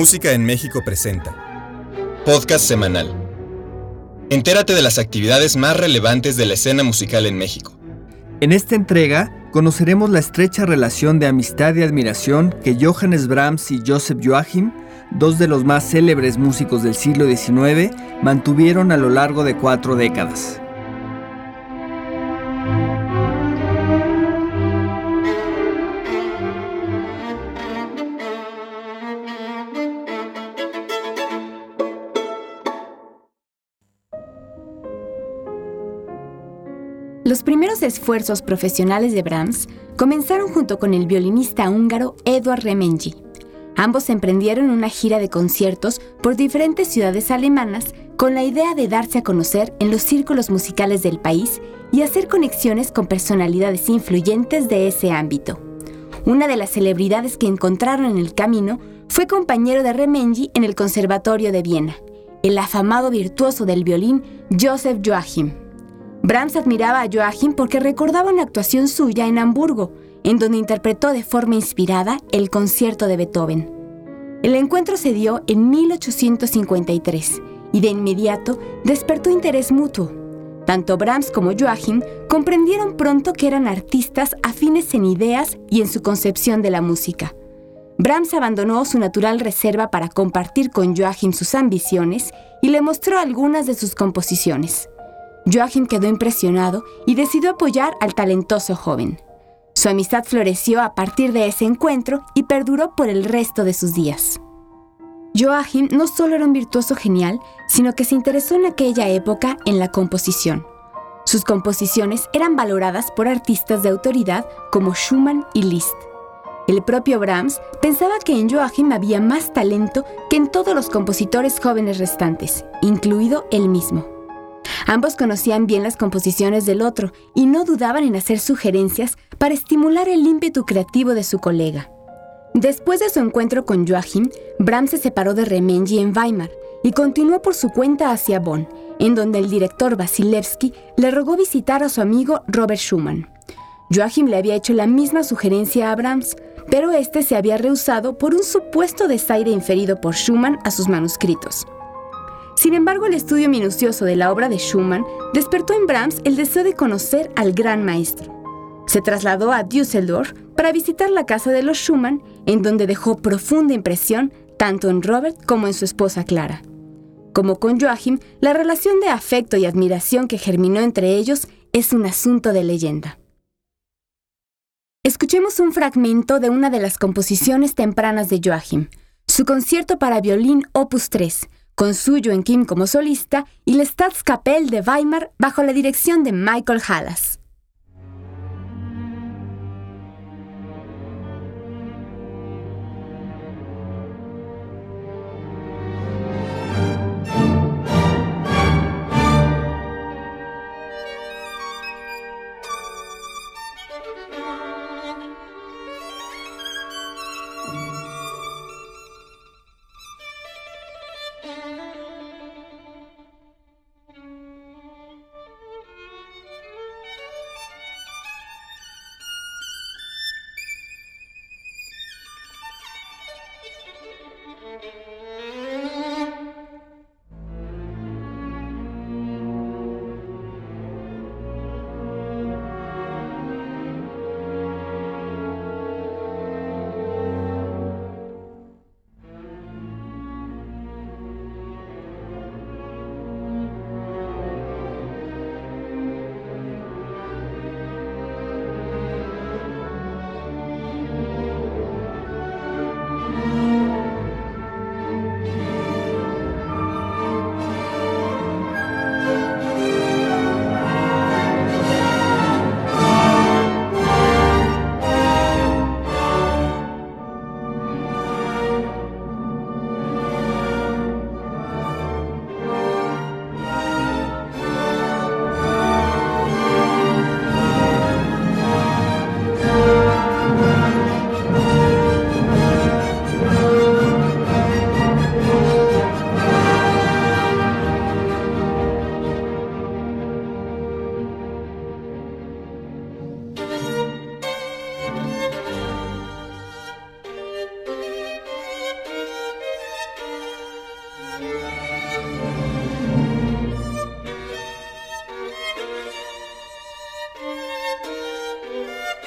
Música en México presenta Podcast semanal. Entérate de las actividades más relevantes de la escena musical en México. En esta entrega conoceremos la estrecha relación de amistad y admiración que Johannes Brahms y Joseph Joachim, dos de los más célebres músicos del siglo XIX, mantuvieron a lo largo de 4 décadas. Los primeros esfuerzos profesionales de Brahms comenzaron junto con el violinista húngaro Eduard Remenyi. Ambos emprendieron una gira de conciertos por diferentes ciudades alemanas con la idea de darse a conocer en los círculos musicales del país y hacer conexiones con personalidades influyentes de ese ámbito. Una de las celebridades que encontraron en el camino fue compañero de Remenyi en el Conservatorio de Viena, el afamado virtuoso del violín Joseph Joachim. Brahms admiraba a Joachim porque recordaba una actuación suya en Hamburgo, en donde interpretó de forma inspirada el concierto de Beethoven. El encuentro se dio en 1853 y de inmediato despertó interés mutuo. Tanto Brahms como Joachim comprendieron pronto que eran artistas afines en ideas y en su concepción de la música. Brahms abandonó su natural reserva para compartir con Joachim sus ambiciones y le mostró algunas de sus composiciones. Joachim quedó impresionado y decidió apoyar al talentoso joven. Su amistad floreció a partir de ese encuentro y perduró por el resto de sus días. Joachim no solo era un virtuoso genial, sino que se interesó en aquella época en la composición. Sus composiciones eran valoradas por artistas de autoridad como Schumann y Liszt. El propio Brahms pensaba que en Joachim había más talento que en todos los compositores jóvenes restantes, incluido él mismo. Ambos conocían bien las composiciones del otro y no dudaban en hacer sugerencias para estimular el ímpetu creativo de su colega. Después de su encuentro con Joachim, Brahms se separó de Remenyi en Weimar y continuó por su cuenta hacia Bonn, en donde el director Vasilevsky le rogó visitar a su amigo Robert Schumann. Joachim le había hecho la misma sugerencia a Brahms, pero este se había rehusado por un supuesto desaire inferido por Schumann a sus manuscritos. Sin embargo, el estudio minucioso de la obra de Schumann despertó en Brahms el deseo de conocer al gran maestro. Se trasladó a Düsseldorf para visitar la casa de los Schumann, en donde dejó profunda impresión tanto en Robert como en su esposa Clara. Como con Joachim, la relación de afecto y admiración que germinó entre ellos es un asunto de leyenda. Escuchemos un fragmento de una de las composiciones tempranas de Joachim, su concierto para violín Opus 3, con su Joachim como solista y la Staatskapelle de Weimar bajo la dirección de Michael Hallas.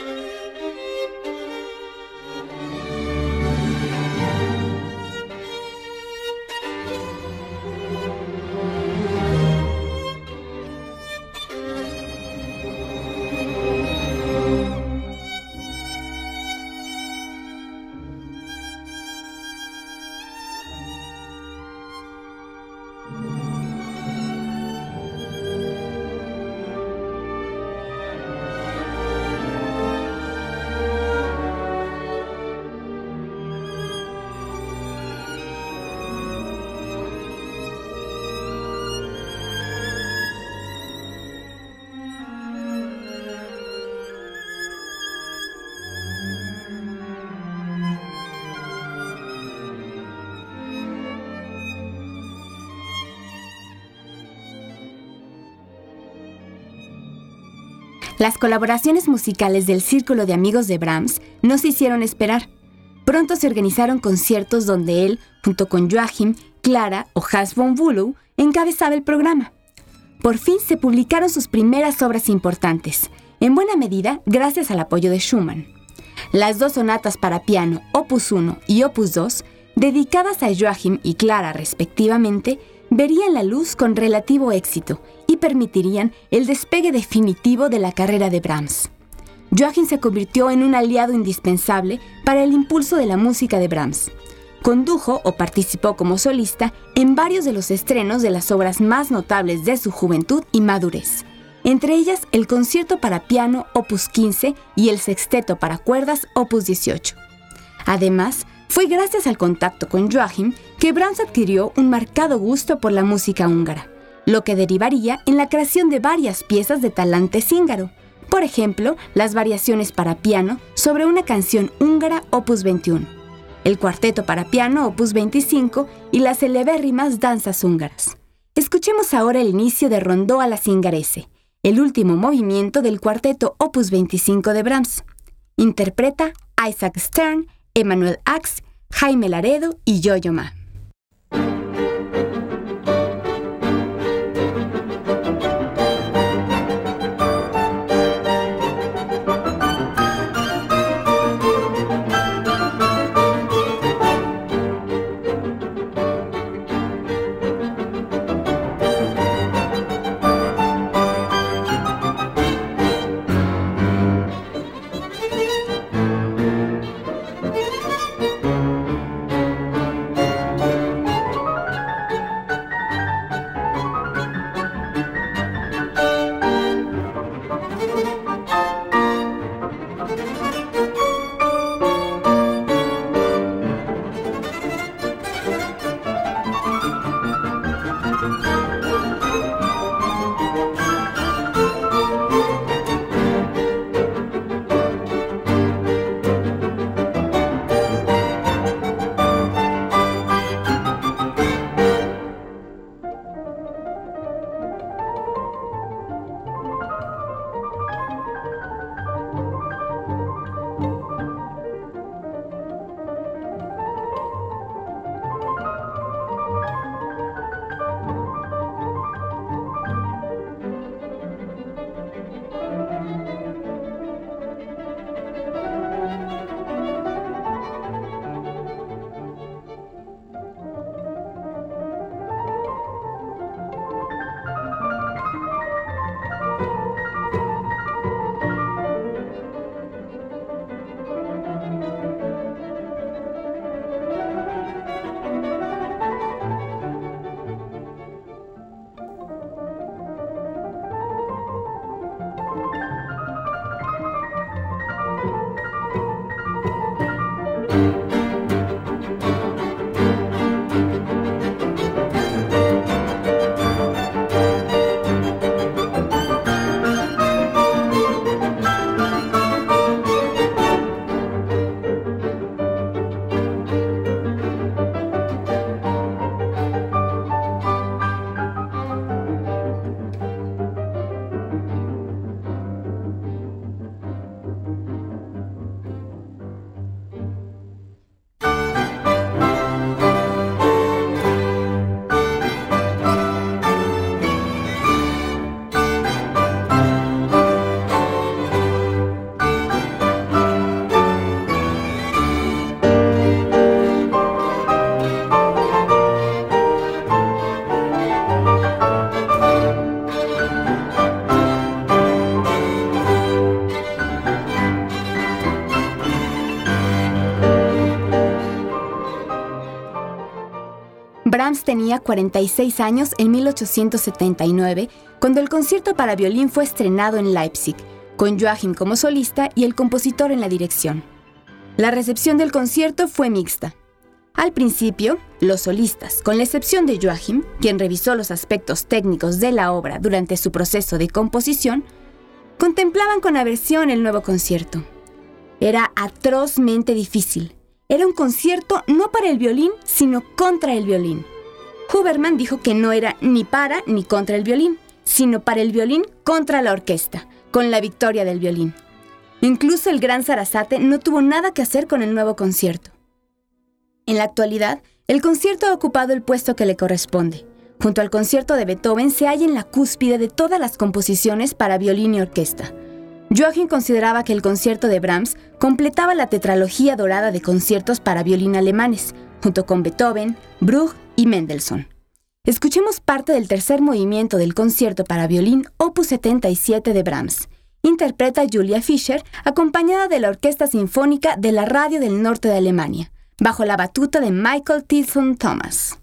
Las colaboraciones musicales del Círculo de Amigos de Brahms no se hicieron esperar. Pronto se organizaron conciertos donde él, junto con Joachim, Clara o Hans von Bülow, encabezaba el programa. Por fin se publicaron sus primeras obras importantes, en buena medida gracias al apoyo de Schumann. Las 2 sonatas para piano, Opus 1 y Opus 2, dedicadas a Joachim y Clara respectivamente, verían la luz con relativo éxito y permitirían el despegue definitivo de la carrera de Brahms. Joachim se convirtió en un aliado indispensable para el impulso de la música de Brahms. Condujo o participó como solista en varios de los estrenos de las obras más notables de su juventud y madurez, entre ellas el concierto para piano Opus 15 y el sexteto para cuerdas Opus 18. Además, fue gracias al contacto con Joachim que Brahms adquirió un marcado gusto por la música húngara, lo que derivaría en la creación de varias piezas de talante cíngaro. Por ejemplo, las variaciones para piano sobre una canción húngara Opus 21, el cuarteto para piano Opus 25 y las celebérrimas danzas húngaras. Escuchemos ahora el inicio de Rondó a la Zingarese, el último movimiento del cuarteto Opus 25 de Brahms. Interpreta Isaac Stern, Emanuel Ax, Jaime Laredo y Yo-Yo Ma. Brahms tenía 46 años en 1879, cuando el concierto para violín fue estrenado en Leipzig, con Joachim como solista y el compositor en la dirección. La recepción del concierto fue mixta. Al principio, los solistas, con la excepción de Joachim, quien revisó los aspectos técnicos de la obra durante su proceso de composición, contemplaban con aversión el nuevo concierto. Era atrozmente difícil. Era un concierto no para el violín, sino contra el violín. Huberman dijo que no era ni para ni contra el violín, sino para el violín contra la orquesta, con la victoria del violín. Incluso el gran Sarasate no tuvo nada que hacer con el nuevo concierto. En la actualidad, el concierto ha ocupado el puesto que le corresponde. Junto al concierto de Beethoven se halla en la cúspide de todas las composiciones para violín y orquesta. Joachim consideraba que el concierto de Brahms completaba la tetralogía dorada de conciertos para violín alemanes, junto con Beethoven, Bruch y Mendelssohn. Escuchemos parte del tercer movimiento del concierto para violín Opus 77 de Brahms. Interpreta Julia Fischer, acompañada de la Orquesta Sinfónica de la Radio del Norte de Alemania, bajo la batuta de Michael Tilson Thomas.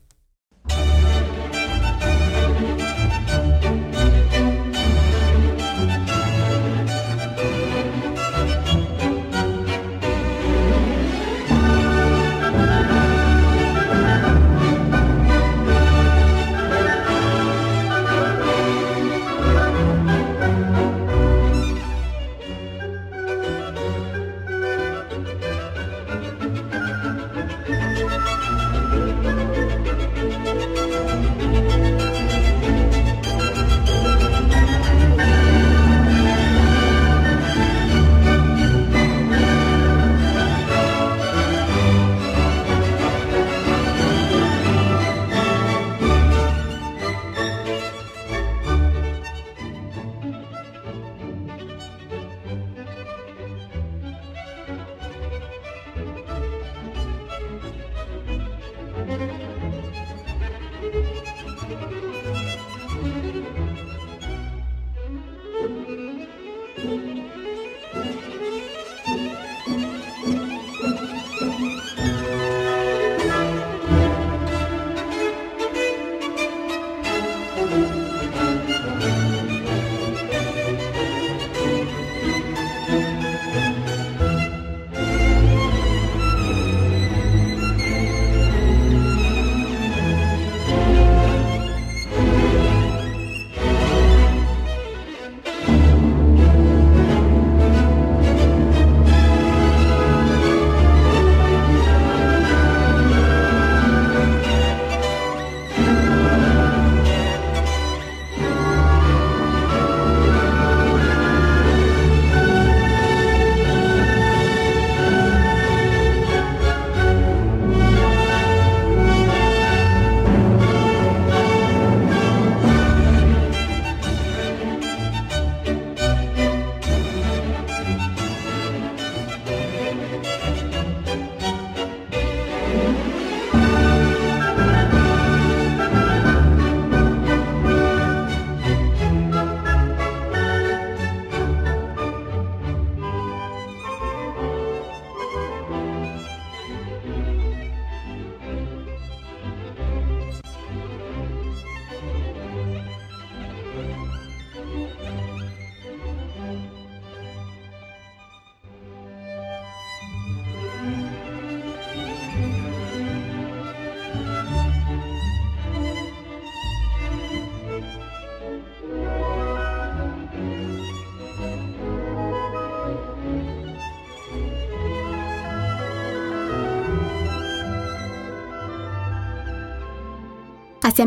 Hacia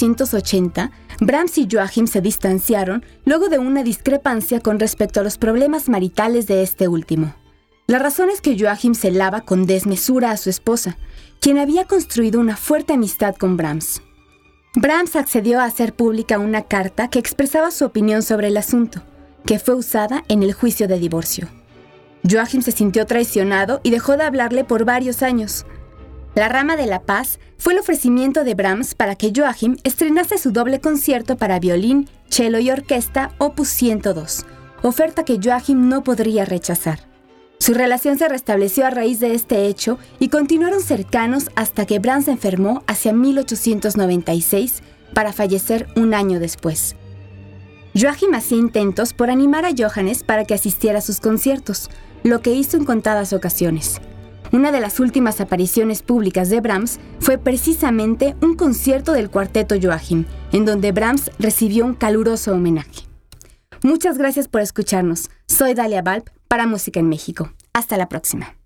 1880, Brahms y Joachim se distanciaron luego de una discrepancia con respecto a los problemas maritales de este último. La razón es que Joachim celaba con desmesura a su esposa, quien había construido una fuerte amistad con Brahms. Brahms accedió a hacer pública una carta que expresaba su opinión sobre el asunto, que fue usada en el juicio de divorcio. Joachim se sintió traicionado y dejó de hablarle por varios años. La rama de la paz fue el ofrecimiento de Brahms para que Joachim estrenase su doble concierto para violín, cello y orquesta Opus 102, oferta que Joachim no podría rechazar. Su relación se restableció a raíz de este hecho y continuaron cercanos hasta que Brahms se enfermó hacia 1896 para fallecer un año después. Joachim hacía intentos por animar a Johannes para que asistiera a sus conciertos, lo que hizo en contadas ocasiones. Una de las últimas apariciones públicas de Brahms fue precisamente un concierto del cuarteto Joachim, en donde Brahms recibió un caluroso homenaje. Muchas gracias por escucharnos. Soy Dalia Balp para Música en México. Hasta la próxima.